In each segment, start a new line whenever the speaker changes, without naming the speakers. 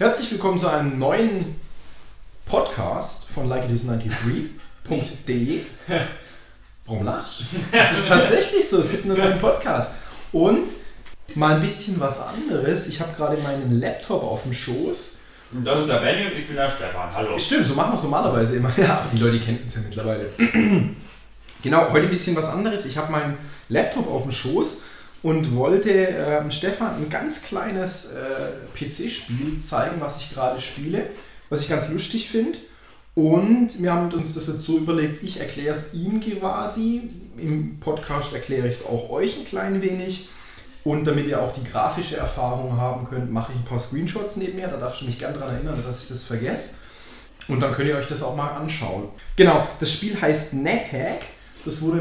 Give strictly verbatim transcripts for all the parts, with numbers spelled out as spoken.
Herzlich willkommen zu einem neuen Podcast von like it is ninety-three punkt de. Warum lachst du? Das ist tatsächlich so, es gibt einen neuen Podcast. Und mal ein bisschen was anderes. Ich habe gerade meinen Laptop auf dem Schoß.
Und das ist der Benny und ich bin der Stefan. Hallo.
Stimmt, so machen wir es normalerweise immer. Ja, aber die Leute kennen uns ja mittlerweile. Genau, heute ein bisschen was anderes. Ich habe meinen Laptop auf dem Schoß und wollte ähm, Stefan ein ganz kleines äh, P C-Spiel zeigen, was ich gerade spiele, was ich ganz lustig finde. Und wir haben uns das jetzt so überlegt, ich erkläre es ihm quasi. Im Podcast erkläre ich es auch euch ein klein wenig. Und damit ihr auch die grafische Erfahrung haben könnt, mache ich ein paar Screenshots nebenher. Da darfst du mich gerne daran erinnern, dass ich das vergesse. Und dann könnt ihr euch das auch mal anschauen. Genau, das Spiel heißt NetHack. Das wurde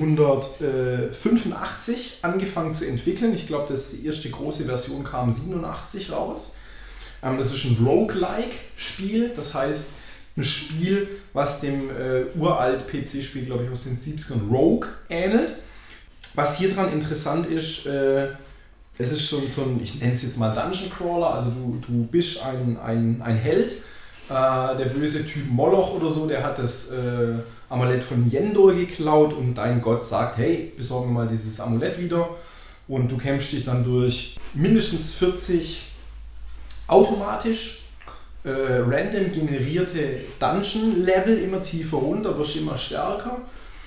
neunzehnhundertfünfundachtzig angefangen zu entwickeln. Ich glaube, die erste große Version kam siebenundachtzig raus. Das ist ein Roguelike-Spiel. Das heißt, ein Spiel, was dem äh, uralt P C-Spiel, glaube ich, aus den siebzigern Rogue ähnelt. Was hier dran interessant ist, äh, es ist schon so ein, ich nenne es jetzt mal Dungeon Crawler, also du, du bist ein, ein, ein Held, äh, der böse Typ Moloch oder so, der hat das äh, Amulett von Yendor geklaut und dein Gott sagt, hey, besorgen wir mal dieses Amulett wieder und du kämpfst dich dann durch mindestens vierzig automatisch äh, random generierte Dungeon-Level immer tiefer runter, wirst immer stärker.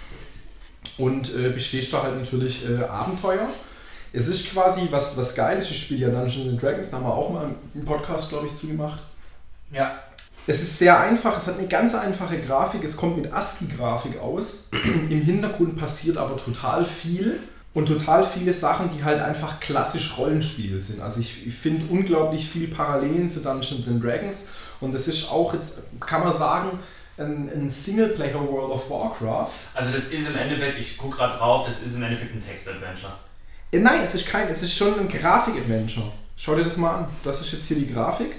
Und äh, bestehst da halt natürlich äh, Abenteuer. Es ist quasi, was, was geil ist, ich spiele ja Dungeons and Dragons, da haben wir auch mal im Podcast, glaube ich, zugemacht.
Ja.
Es ist sehr einfach, es hat eine ganz einfache Grafik, es kommt mit ASCII-Grafik aus. Im Hintergrund passiert aber total viel und total viele Sachen, die halt einfach klassisch Rollenspiele sind. Also ich, ich finde unglaublich viel Parallelen zu Dungeons and Dragons und das ist auch, jetzt kann man sagen, ein, ein Singleplayer World of Warcraft.
Also das ist im Endeffekt, ich gucke gerade drauf, das ist im Endeffekt ein Text-Adventure.
Äh, nein, es ist kein, es ist schon ein Grafik-Adventure. Schau dir das mal an. Das ist jetzt hier die Grafik.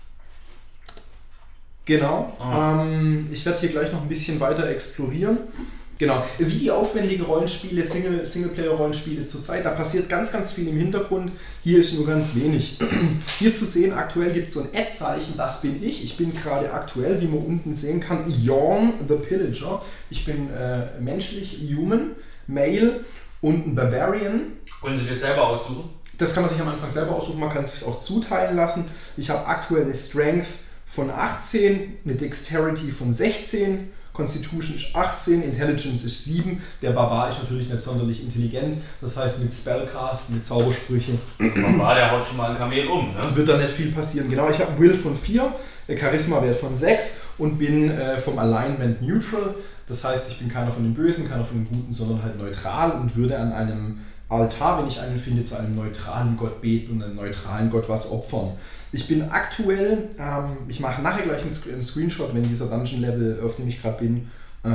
Genau. Oh. Ähm, ich werde hier gleich noch ein bisschen weiter explorieren. Genau. Wie die aufwendigen Rollenspiele, Single, Singleplayer-Rollenspiele zurzeit, da passiert ganz, ganz viel im Hintergrund. Hier ist nur ganz wenig. Hier zu sehen, aktuell gibt es so ein Ad-Zeichen, das bin ich. Ich bin gerade aktuell, wie man unten sehen kann, Yorn the Pillager. Ich bin äh, menschlich, human, male und ein Barbarian.
Wollen Sie dir selber aussuchen?
Das kann man sich am Anfang selber aussuchen, man kann es sich auch zuteilen lassen. Ich habe aktuell eine Strength von achtzehn, eine Dexterity von sechzehn, Constitution ist achtzehn, Intelligence ist sieben. Der Barbar ist natürlich nicht sonderlich intelligent. Das heißt, mit Spellcast, mit Zaubersprüche.
Barbar, der haut schon mal ein Kamel um, ne?
Wird da nicht viel passieren. Genau, ich habe Will von vier, Charisma-Wert von sechs und bin äh, vom Alignment neutral. Das heißt, ich bin keiner von den Bösen, keiner von den Guten, sondern halt neutral und würde an einem Altar, wenn ich einen finde, zu einem neutralen Gott beten und einem neutralen Gott was opfern. Ich bin aktuell, ähm, ich mache nachher gleich einen Screenshot, wenn dieser Dungeon-Level, auf dem ich gerade bin,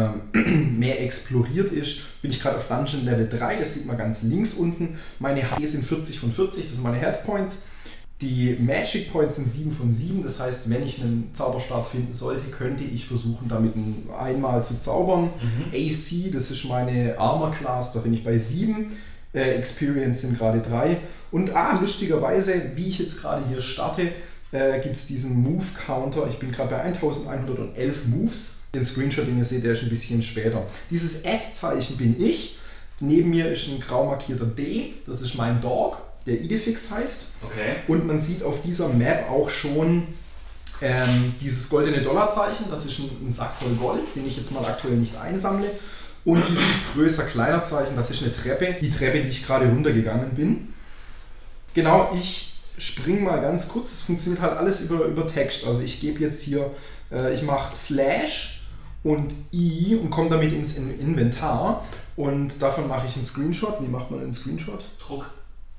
ähm, mehr exploriert ist, bin ich gerade auf Dungeon Level drei, das sieht man ganz links unten. Meine H P sind vierzig von vierzig, das sind meine Health Points. Die Magic Points sind sieben von sieben, das heißt, wenn ich einen Zauberstab finden sollte, könnte ich versuchen, damit ein, einmal zu zaubern. Mhm. A C, das ist meine Armor Class, da bin ich bei sieben. Äh, Experience sind gerade drei. Und ah, lustigerweise, wie ich jetzt gerade hier starte, äh, gibt es diesen Move-Counter. Ich bin gerade bei elf Moves. Den Screenshot, den ihr seht, der ist ein bisschen später. Dieses Add-Zeichen bin ich. Neben mir ist ein grau markierter D. Das ist mein Dog, der Idefix heißt.
Okay.
Und man sieht auf dieser Map auch schon ähm, dieses goldene Dollarzeichen. Das ist ein, ein Sack voll Gold, den ich jetzt mal aktuell nicht einsammle. Und dieses größer-kleiner Zeichen, das ist eine Treppe, die Treppe, die ich gerade runtergegangen bin. Genau, ich springe mal ganz kurz, es funktioniert halt alles über, über Text. Also ich gebe jetzt hier, äh, ich mache Slash und I und komme damit ins Inventar. Und davon mache ich einen Screenshot. Wie macht man einen Screenshot?
Druck.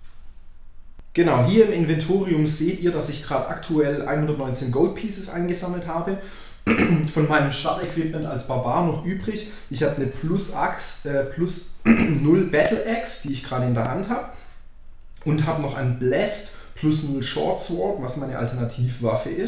Genau, hier im Inventorium seht ihr, dass ich gerade aktuell hundertneunzehn Gold Pieces eingesammelt habe. Von meinem Startequipment als Barbar noch übrig. Ich habe eine Plus Axe, äh, plus null Battle Axe, die ich gerade in der Hand habe. Und habe noch ein Blessed plus null Short Sword, was meine Alternativwaffe ist.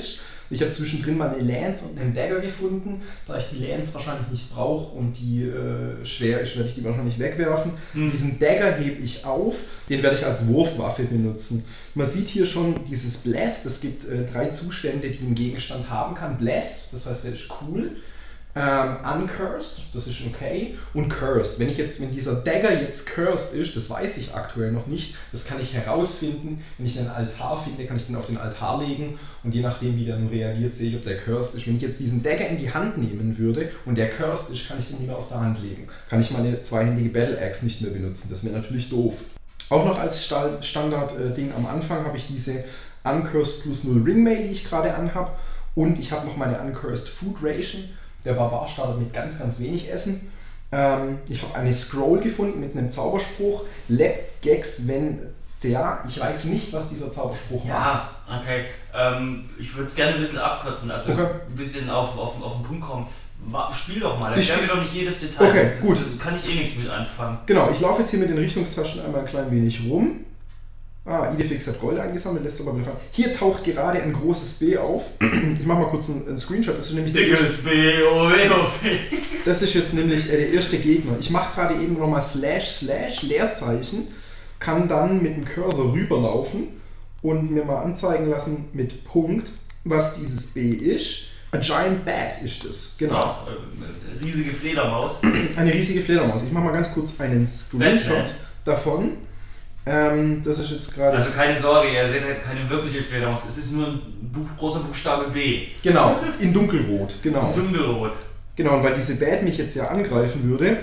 Ich habe zwischendrin mal eine Lance und einen Dagger gefunden. Da ich die Lance wahrscheinlich nicht brauche und die äh, schwer ist, werde ich die wahrscheinlich wegwerfen. Mhm. Diesen Dagger hebe ich auf, den werde ich als Wurfwaffe benutzen. Man sieht hier schon dieses Blast, es gibt äh, drei Zustände, die ein Gegenstand haben kann. Blast, das heißt, der ist cool. Ähm, uncursed, das ist okay, und cursed. Wenn ich jetzt, wenn dieser Dagger jetzt cursed ist, das weiß ich aktuell noch nicht, das kann ich herausfinden. Wenn ich einen Altar finde, kann ich den auf den Altar legen und je nachdem, wie der dann reagiert, sehe ich, ob der cursed ist. Wenn ich jetzt diesen Dagger in die Hand nehmen würde und der cursed ist, kann ich den nicht mehr aus der Hand legen. Kann ich meine zweihändige Battle Axe nicht mehr benutzen. Das wäre natürlich doof. Auch noch als Standard-Ding am Anfang habe ich diese Uncursed plus null Ringmail, die ich gerade anhab, und ich habe noch meine Uncursed Food Ration. Der Barbar startet mit ganz, ganz wenig Essen. Ähm, ich habe eine Scroll gefunden mit einem Zauberspruch. Lab Gex Ven Cea. Ich weiß nicht, was dieser Zauberspruch
ja, macht. Ja, okay. Ähm, ich würde es gerne ein bisschen abkürzen, also okay. ein bisschen auf, auf, auf den Punkt kommen. Spiel doch mal, ich erkläre mir doch nicht jedes Detail.
Okay,
das,
gut.
Das kann ich eh nichts mit anfangen.
Genau, ich laufe jetzt hier mit den Richtungstaschen einmal ein klein wenig rum. Ah, Idefix hat Gold eingesammelt, lässt aber wieder fahren. Hier taucht gerade ein großes B auf. Ich mache mal kurz einen, einen Screenshot. Das ist nämlich
Dickes B, O W O W.
Das ist jetzt nämlich äh, der erste Gegner. Ich mache gerade eben nochmal Slash Slash Leerzeichen, kann dann mit dem Cursor rüberlaufen und mir mal anzeigen lassen mit Punkt, was dieses B ist. A Giant Bat ist das, genau.
Ach, eine riesige Fledermaus.
Eine riesige Fledermaus. Ich mache mal ganz kurz einen Screenshot Batman. davon. Ähm, das ist jetzt gerade.
Also keine Sorge, ihr seht jetzt keine wirkliche Fledermaus. Es ist nur ein Buch, großer Buchstabe B.
Genau, in dunkelrot. Genau.
In dunkelrot.
Genau, und weil diese Bat mich jetzt ja angreifen würde,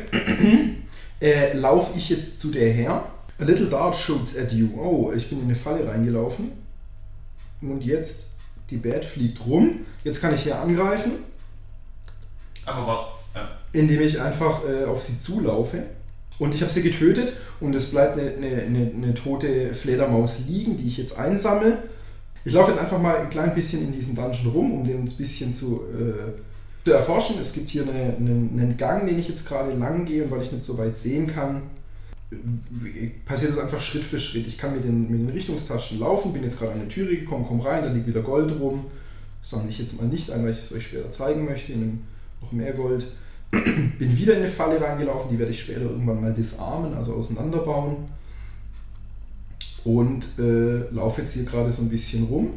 äh, laufe ich jetzt zu der her. A little dart shoots at you. Oh, ich bin in eine Falle reingelaufen. Und jetzt, die Bat fliegt rum. Jetzt kann ich hier angreifen.
Aber ja.
Indem ich einfach äh, auf sie zulaufe. Und ich habe sie getötet und es bleibt eine, eine, eine, eine tote Fledermaus liegen, die ich jetzt einsammle. Ich laufe jetzt einfach mal ein klein bisschen in diesen Dungeon rum, um den ein bisschen zu, äh, zu erforschen. Es gibt hier eine, eine, einen Gang, den ich jetzt gerade lang gehe, und weil ich nicht so weit sehen kann, passiert das einfach Schritt für Schritt. Ich kann mit den, mit den Richtungstaschen laufen, bin jetzt gerade an eine Türe gekommen, komme rein, da liegt wieder Gold rum. Das sammle ich jetzt mal nicht ein, weil ich es euch später zeigen möchte, in einem, noch mehr Gold. Bin wieder in eine Falle reingelaufen, die werde ich später irgendwann mal disarmen, also auseinanderbauen. Und äh, laufe jetzt hier gerade so ein bisschen rum.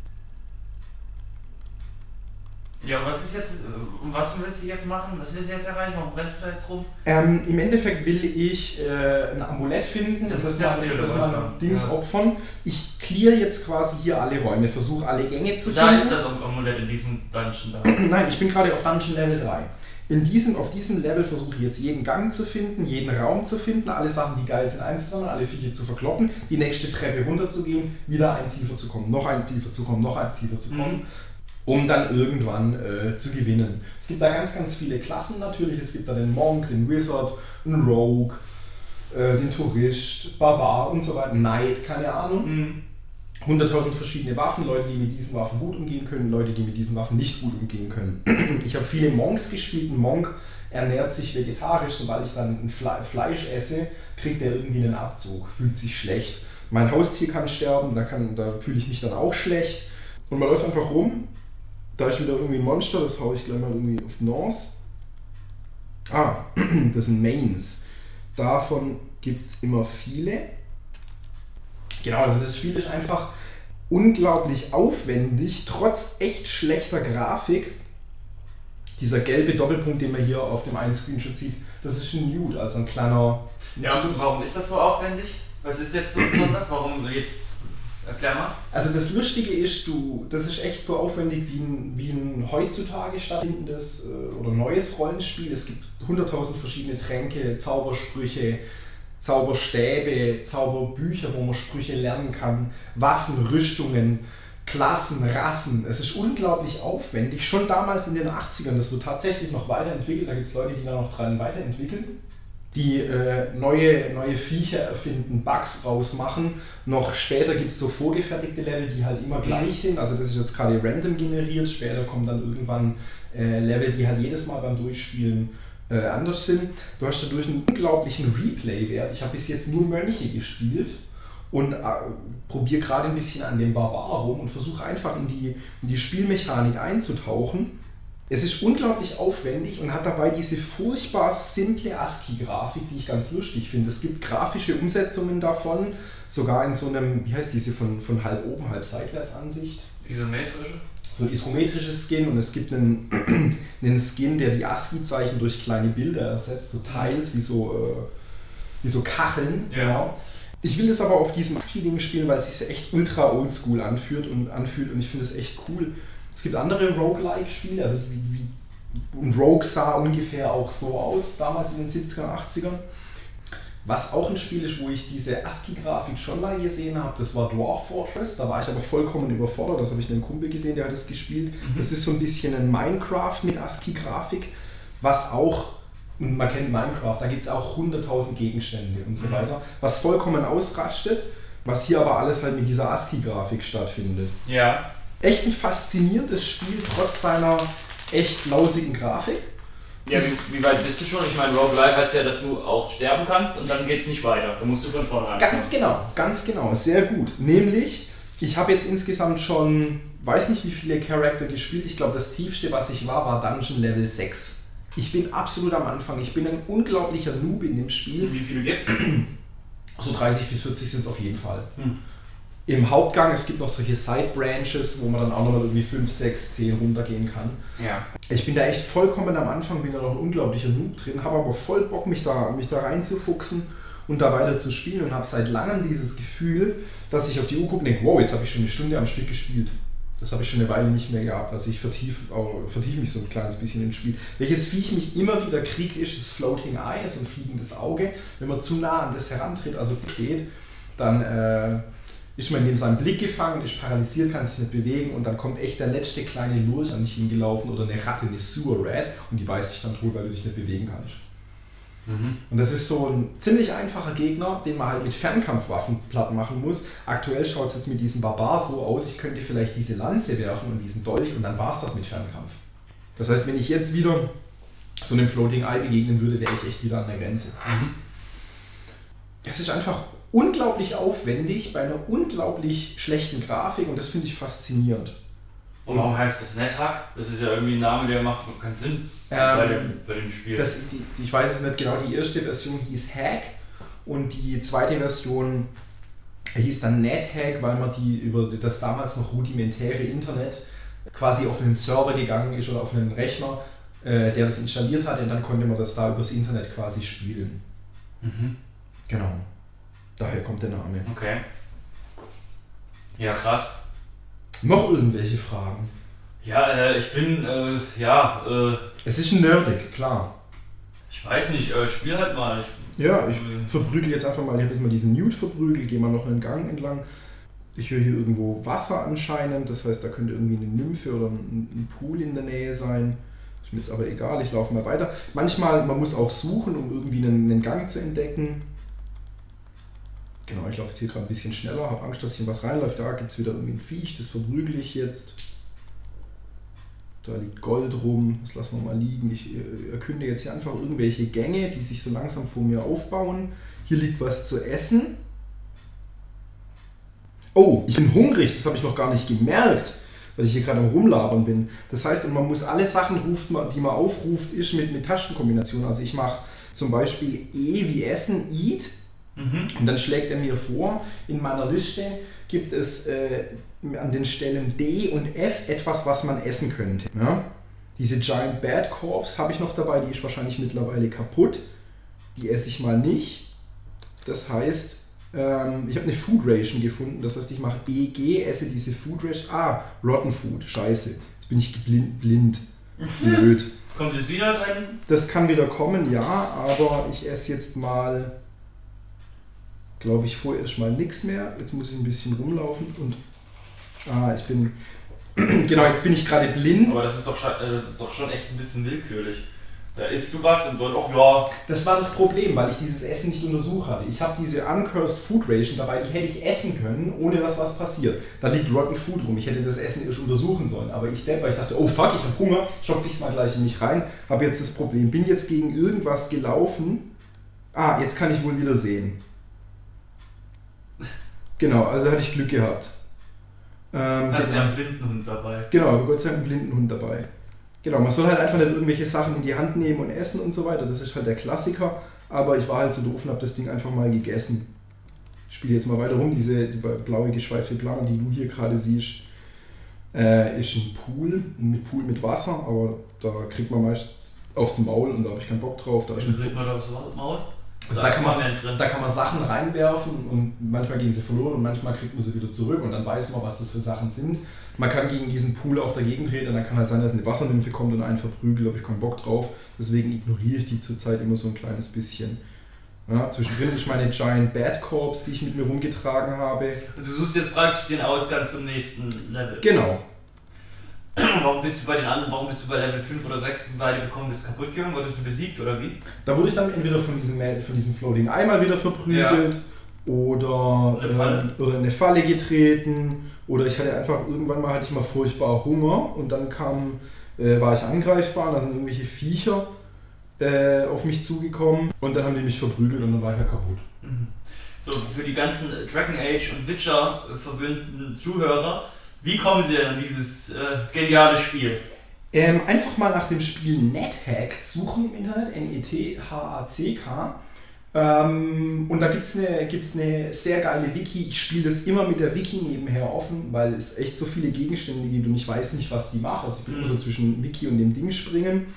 Ja, was ist jetzt, was willst du jetzt machen? Was willst du jetzt erreichen? Warum rennst du da jetzt rum?
Ähm, Im Endeffekt will ich äh, ein Amulett finden,
das,
das,
das,
das man Dings ja. opfern. Ich clear jetzt quasi hier alle Räume, versuche alle Gänge zu
da
finden.
Da ist das Amulett in diesem Dungeon da.
Nein, ich bin gerade auf Dungeon Level drei. In diesem, auf diesem Level versuche ich jetzt jeden Gang zu finden, jeden Raum zu finden, alle Sachen, die geil sind, einzusammeln, alle Viecher zu verkloppen, die nächste Treppe runterzugehen, wieder eins tiefer zu kommen, noch eins tiefer zu kommen, noch eins tiefer zu kommen, mhm. um dann irgendwann äh, zu gewinnen. Es gibt da ganz, ganz viele Klassen natürlich. Es gibt da den Monk, den Wizard, den Rogue, äh, den Tourist, Barbar und so weiter, Knight, keine Ahnung.
Mhm.
hunderttausend verschiedene Waffen, Leute, die mit diesen Waffen gut umgehen können, Leute, die mit diesen Waffen nicht gut umgehen können. Ich habe viele Monks gespielt. Ein Monk ernährt sich vegetarisch. Sobald ich dann ein Fle- Fleisch esse, kriegt er irgendwie einen Abzug, fühlt sich schlecht. Mein Haustier kann sterben, da, kann, da fühle ich mich dann auch schlecht. Und man läuft einfach rum. Da ist wieder irgendwie ein Monster, das haue ich gleich mal irgendwie auf Nance. Ah, das sind Mains. Davon gibt es immer viele. Genau, also das Spiel ist einfach unglaublich aufwendig, trotz echt schlechter Grafik. Dieser gelbe Doppelpunkt, den man hier auf dem einen Screenshot sieht, das ist ein Nude, also ein kleiner...
Ja, und warum ist das so aufwendig? Was ist jetzt so besonders? Warum jetzt... Erklär mal.
Also das Lustige ist, du, das ist echt so aufwendig wie ein, wie ein heutzutage stattfindendes äh, oder neues Rollenspiel. Es gibt hunderttausend verschiedene Tränke, Zaubersprüche, Zauberstäbe, Zauberbücher, wo man Sprüche lernen kann, Waffen, Rüstungen, Klassen, Rassen. Es ist unglaublich aufwendig. Schon damals in den achtzigern, das wird tatsächlich noch weiterentwickelt. Da gibt es Leute, die da noch dran weiterentwickeln, die äh, neue, neue Viecher erfinden, Bugs rausmachen. Noch später gibt es so vorgefertigte Level, die halt immer gleich sind. Also das ist jetzt gerade random generiert. Später kommen dann irgendwann äh, Level, die halt jedes Mal beim Durchspielen äh, anders sind. Du hast dadurch einen unglaublichen Replay-Wert. Ich habe bis jetzt nur Mönche gespielt und äh, probiere gerade ein bisschen an dem Barbar rum und versuche einfach in die, in die Spielmechanik einzutauchen. Es ist unglaublich aufwendig und hat dabei diese furchtbar simple ASCII-Grafik, die ich ganz lustig finde. Es gibt grafische Umsetzungen davon, sogar in so einem, wie heißt diese, von, von halb oben, halb seitwärts Ansicht?
Isometrische?
So ein isometrisches Skin, und es gibt einen, einen Skin, der die ASCII-Zeichen durch kleine Bilder ersetzt, so Tiles wie so, äh, wie so Kacheln.
Ja.
Genau. Ich will das aber auf diesem ASCII-Ding spielen, weil es sich echt ultra oldschool anfühlt und, anfühlt und ich finde es echt cool. Es gibt andere Roguelike-Spiele, also wie, wie, und Rogue sah ungefähr auch so aus, damals in den siebziger, achtzigern. Was auch ein Spiel ist, wo ich diese ASCII-Grafik schon mal gesehen habe, das war Dwarf Fortress. Da war ich aber vollkommen überfordert. Das habe ich einen Kumpel gesehen, der hat das gespielt. Mhm. Das ist so ein bisschen ein Minecraft mit ASCII-Grafik, was auch, man kennt Minecraft, da gibt es auch hunderttausend Gegenstände und so weiter, was vollkommen ausrastet, was hier aber alles halt mit dieser ASCII-Grafik stattfindet.
Ja.
Echt ein faszinierendes Spiel, trotz seiner echt lausigen Grafik.
Ja, wie, wie weit bist du schon? Ich meine, Roguelike heißt ja, dass du auch sterben kannst und dann geht es nicht weiter. Da musst du von vorne anfangen.
Ganz genau, ganz genau, sehr gut. Nämlich, ich habe jetzt insgesamt schon, weiß nicht wie viele Charakter gespielt. Ich glaube, das tiefste, was ich war, war Dungeon Level sechs. Ich bin absolut am Anfang. Ich bin ein unglaublicher Noob in dem Spiel.
Wie viele gibt es?
So dreißig bis vierzig sind es auf jeden Fall.
Hm.
Im Hauptgang, es gibt noch solche Side-Branches, wo man dann auch nochmal irgendwie fünf, sechs, zehn runtergehen kann.
Ja.
Ich bin da echt vollkommen am Anfang, bin da noch ein unglaublicher Noob drin, habe aber voll Bock, mich da, mich da reinzufuchsen und da weiter zu spielen und habe seit langem dieses Gefühl, dass ich auf die Uhr gucke und denke, wow, jetzt habe ich schon eine Stunde am Stück gespielt. Das habe ich schon eine Weile nicht mehr gehabt, also ich vertiefe vertief mich so ein kleines bisschen ins Spiel. Welches Viech mich immer wieder kriegt, ist das Floating Eye, so ein fliegendes Auge. Wenn man zu nah an das herantritt, also steht, dann äh, ist man in seinem Blick gefangen, ist paralysiert, kann sich nicht bewegen und dann kommt echt der letzte kleine Lurch an dich hingelaufen oder eine Ratte, eine Sewer Rat, und die beißt sich dann tot, weil du dich nicht bewegen kannst. Mhm. Und das ist so ein ziemlich einfacher Gegner, den man halt mit Fernkampfwaffen platt machen muss. Aktuell schaut es jetzt mit diesem Barbar so aus, ich könnte vielleicht diese Lanze werfen und diesen Dolch und dann war es das mit Fernkampf. Das heißt, wenn ich jetzt wieder so einem Floating Eye begegnen würde, wäre ich echt wieder an der Grenze. Mhm. Es ist einfach unglaublich aufwendig bei einer unglaublich schlechten Grafik und das finde ich faszinierend.
Und warum heißt das NetHack? Das ist ja irgendwie ein Name, der macht keinen Sinn ähm, bei, dem, bei dem Spiel.
Das, die, ich weiß es nicht genau, die erste Version hieß Hack und die zweite Version hieß dann NetHack, weil man die über das damals noch rudimentäre Internet quasi auf einen Server gegangen ist oder auf einen Rechner, äh, der das installiert hat, und dann konnte man das da übers Internet quasi spielen.
Mhm.
Genau. Daher kommt der Name.
Okay. Ja, krass.
Noch irgendwelche Fragen?
Ja, äh, ich bin, äh, ja, äh...
Es ist nerdig, klar.
Ich weiß nicht, äh, spiel halt mal. Ich,
ja, ich äh, verprügel jetzt einfach mal, ich habe jetzt mal diesen Mute verprügelt, gehe mal noch einen Gang entlang. Ich höre hier irgendwo Wasser anscheinend, das heißt, da könnte irgendwie eine Nymphe oder ein, ein Pool in der Nähe sein. Ist mir jetzt aber egal, ich laufe mal weiter. Manchmal, man muss auch suchen, um irgendwie einen, einen Gang zu entdecken. Genau, ich laufe jetzt hier gerade ein bisschen schneller, habe Angst, dass hier was reinläuft. Da gibt es wieder irgendwie ein Viech, das verprügel ich jetzt. Da liegt Gold rum, das lassen wir mal liegen. Ich erkünde jetzt hier einfach irgendwelche Gänge, die sich so langsam vor mir aufbauen. Hier liegt was zu essen. Oh, ich bin hungrig, das habe ich noch gar nicht gemerkt, weil ich hier gerade am Rumlabern bin. Das heißt, und man muss alle Sachen, ruft, die man aufruft, ist mit, mit Tastenkombinationen. Also ich mache zum Beispiel E wie Essen, Eat. Mhm. Und dann schlägt er mir vor, in meiner Liste gibt es äh, an den Stellen D und F etwas, was man essen könnte. Ja? Diese Giant Bad Corpse habe ich noch dabei, die ist wahrscheinlich mittlerweile kaputt. Die esse ich mal nicht. Das heißt, ähm, ich habe eine Food Ration gefunden, das heißt, ich mache E G, esse diese Food Ration. Ah, Rotten Food, scheiße. Jetzt bin ich blind, blind. Blöd.
Kommt es wieder rein?
Das kann wieder kommen, ja, aber ich esse jetzt mal, glaube ich, vorerst mal nichts mehr. Jetzt muss ich ein bisschen rumlaufen und ah, ich bin, genau, jetzt bin ich gerade blind.
Aber das ist, doch, das ist doch schon echt ein bisschen willkürlich. Da isst du was und dann, ach ja.
Das war das Problem, weil ich dieses Essen nicht untersucht hatte. Ich habe diese Uncursed Food Ration dabei, die hätte ich essen können, ohne dass was passiert. Da liegt Rotten Food rum, ich hätte das Essen erst untersuchen sollen. Aber ich depp, weil ich dachte, oh fuck, ich habe Hunger, stopfe ich es mal gleich in mich rein. Habe jetzt das Problem, bin jetzt gegen irgendwas gelaufen. Ah, jetzt kann ich wohl wieder sehen. Genau, also hatte ich Glück gehabt.
Ähm, Hast du ja einen Blindenhund dabei.
Genau, Gott sei Dank einen Blindenhund dabei. Genau, man soll halt einfach nicht irgendwelche Sachen in die Hand nehmen und essen und so weiter. Das ist halt der Klassiker. Aber ich war halt so doof und habe das Ding einfach mal gegessen. Ich spiele jetzt mal weiter rum. Diese die blaue geschweifte Plane, die du hier gerade siehst, äh, ist ein Pool. Ein Pool mit Wasser, aber da kriegt man meist aufs Maul und da habe ich keinen Bock drauf. Da
Wie kriegt man da aufs Maul?
Also da, kann man, da kann man Sachen reinwerfen und manchmal gehen sie verloren und manchmal kriegt man sie wieder zurück und dann weiß man, was das für Sachen sind. Man kann gegen diesen Pool auch dagegen treten und dann kann halt sein, dass eine Wassernymphe kommt und einen verprügelt, da habe ich keinen Bock drauf. Deswegen ignoriere ich die zurzeit immer so ein kleines bisschen. Ja, zwischendrin ist meine Giant Bad Corpse, die ich mit mir rumgetragen habe.
Und du suchst jetzt praktisch den Ausgang zum nächsten Level.
Genau.
Warum bist du bei den anderen, warum bist du bei Level fünf oder sechs, weil du bekommen bist, kaputt gegangen? Wurdest du besiegt oder wie?
Da wurde ich dann entweder von diesem, von diesem Floating einmal wieder verprügelt ja. oder,
eine Falle.
Äh, oder in eine Falle getreten oder ich hatte einfach, irgendwann mal hatte ich mal furchtbar Hunger und dann kam, äh, war ich angreifbar und da sind irgendwelche Viecher äh, auf mich zugekommen und dann haben die mich verprügelt und dann war ich ja kaputt.
Mhm. So, für die ganzen Dragon Age und Witcher verwöhnten Zuhörer, wie kommen Sie denn an dieses äh, geniale Spiel?
Ähm, einfach mal nach dem Spiel NetHack suchen im Internet, N E T H A C K. Ähm, und da gibt es eine, gibt's eine sehr geile Wiki. Ich spiele das immer mit der Wiki nebenher offen, weil es echt so viele Gegenstände gibt und ich weiß nicht, was die machen. Also ich bin immer so zwischen Wiki und dem Ding springen.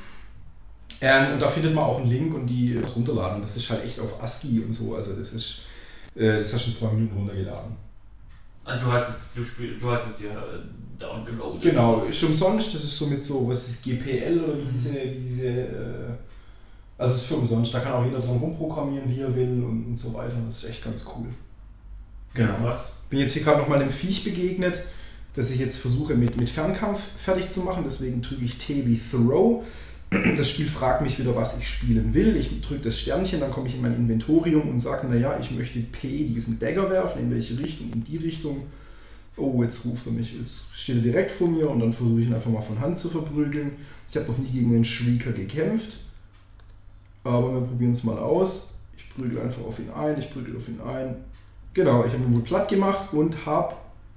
Ähm, und da findet man auch einen Link und die was runterladen. Und das ist halt echt auf ASCII und so. Also das ist, äh, das hast du in zwei Minuten runtergeladen.
Du hast es, du spiel, du hast es dir downgeloadet.
Genau, ist umsonst, das ist so mit so, was ist G P L oder wie diese, wie diese äh, also es ist für umsonst, da kann auch jeder dran rumprogrammieren, wie er will und, und so weiter, das ist echt ganz cool.
Genau. Ja, was?
Bin jetzt hier gerade nochmal einem Viech begegnet, das ich jetzt versuche mit, mit Fernkampf fertig zu machen, deswegen drücke ich T wie Throw. Das Spiel fragt mich wieder, was ich spielen will. Ich drücke das Sternchen, dann komme ich in mein Inventorium und sage, naja, ich möchte P diesen Dagger werfen. In welche Richtung? In die Richtung. Oh, jetzt ruft er mich. Jetzt steht er direkt vor mir und dann versuche ich ihn einfach mal von Hand zu verprügeln. Ich habe noch nie gegen einen Shrieker gekämpft. Aber wir probieren es mal aus. Ich prügel einfach auf ihn ein, ich prügel auf ihn ein. Genau, ich habe ihn wohl platt gemacht und habe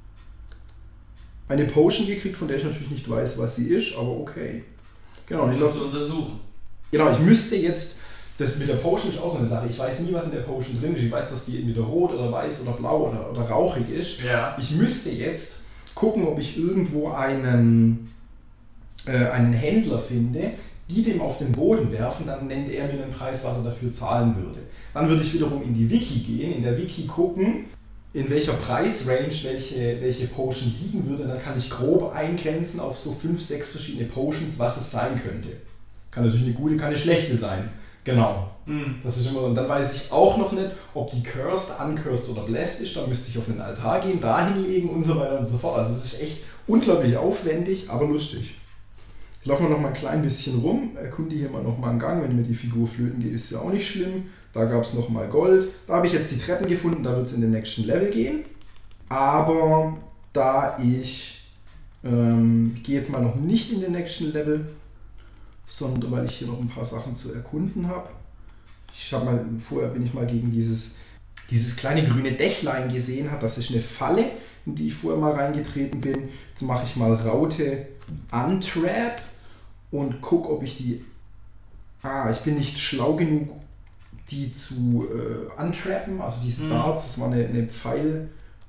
eine Potion gekriegt, von der ich natürlich nicht weiß, was sie ist, aber okay. Genau,
ich musst du untersuchen.
Genau, ich müsste jetzt, das mit der Potion ist auch so eine Sache, ich weiß nie, was in der Potion drin ist, ich weiß, dass die entweder rot oder weiß oder blau oder, oder rauchig ist.
Ja.
Ich müsste jetzt gucken, ob ich irgendwo einen, äh, einen Händler finde, die dem auf den Boden werfen, dann nennt er mir einen Preis, was er dafür zahlen würde. Dann würde ich wiederum in die Wiki gehen, in der Wiki gucken, in welcher Preisrange welche, welche Potion liegen würde, dann kann ich grob eingrenzen auf so fünf, sechs verschiedene Potions, was es sein könnte. Kann natürlich eine gute, kann eine schlechte sein. Genau.
Mhm.
Das ist immer, und dann weiß ich auch noch nicht, ob die Cursed, Uncursed oder Blessed ist. Dann müsste ich auf den Altar gehen, da hinlegen und so weiter und so fort. Also es ist echt unglaublich aufwendig, aber lustig. Ich laufe noch mal ein klein bisschen rum, erkunde hier mal noch mal einen Gang. Wenn mir die Figur flöten geht, ist ja auch nicht schlimm. Da gab es noch mal Gold. Da habe ich jetzt die Treppen gefunden, da wird es in den nächsten Level gehen. Aber da ich, ähm, ich gehe jetzt mal noch nicht in den nächsten Level, sondern weil ich hier noch ein paar Sachen zu erkunden habe. Ich habe mal, vorher bin ich mal gegen dieses, dieses kleine grüne Dächlein gesehen, habe. Das ist eine Falle, in die ich vorher mal reingetreten bin. Jetzt mache ich mal Raute Untrap und gucke, ob ich die... Ah, ich bin nicht schlau genug, die zu äh, untrappen, also diese Darts, das war eine, eine Pfeilfalle,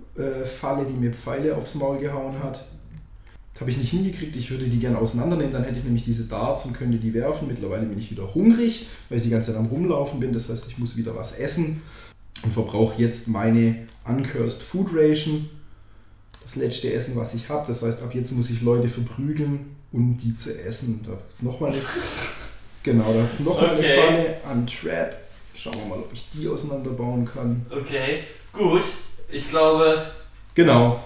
äh, die mir Pfeile aufs Maul gehauen hat. Das habe ich nicht hingekriegt, ich würde die gerne auseinandernehmen, dann hätte ich nämlich diese Darts und könnte die werfen. Mittlerweile bin ich wieder hungrig, weil ich die ganze Zeit am Rumlaufen bin, das heißt, ich muss wieder was essen und verbrauche jetzt meine Uncursed Food Ration, das letzte Essen, was ich habe. Das heißt, ab jetzt muss ich Leute verprügeln, um die zu essen. Da ist nochmal eine, genau, da ist nochmal
okay.
eine Falle, Untrap. Schauen wir mal, ob ich die auseinanderbauen kann.
Okay, gut. Ich glaube...
Genau.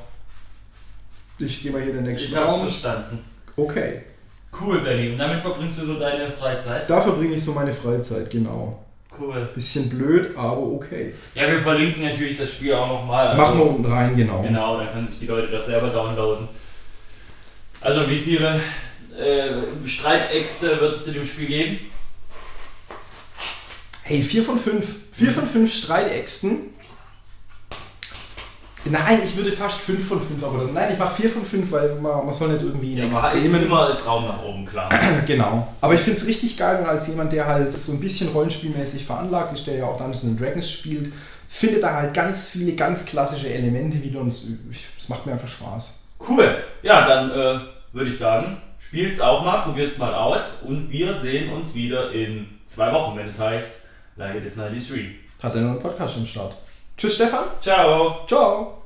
Ich gehe mal hier in den nächsten
ich
Raum.
Ich hab's verstanden.
Okay.
Cool, Benny. Und damit verbringst du so deine Freizeit?
Da verbringe ich so meine Freizeit, genau.
Cool.
Bisschen blöd, aber okay.
Ja, wir verlinken natürlich das Spiel auch nochmal. Also
machen wir unten rein, genau.
Genau, dann können sich die Leute das selber downloaden. Also wie viele äh, Streitäxte wird es dir dem Spiel geben?
Hey, vier von fünf. Vier von fünf Streitäxten. Nein, ich würde fast fünf von fünf, aber das, nein, ich mache vier von fünf, weil man, man soll nicht irgendwie in
Ja, aber ist
Extremen...
immer ist Raum nach oben, klar.
Genau. Aber ich finde es richtig geil und als jemand, der halt so ein bisschen rollenspielmäßig veranlagt ist, der ja auch Dungeons and Dragons spielt, findet da halt ganz viele ganz klassische Elemente wieder und es macht mir einfach Spaß.
Cool. Ja, dann äh, würde ich sagen, spielt's auch mal, probiert's mal aus und wir sehen uns wieder in zwei Wochen, wenn es heißt Like It Is dreiundneunzig.
Hat er noch einen Podcast am Start. Tschüss Stefan.
Ciao.
Ciao.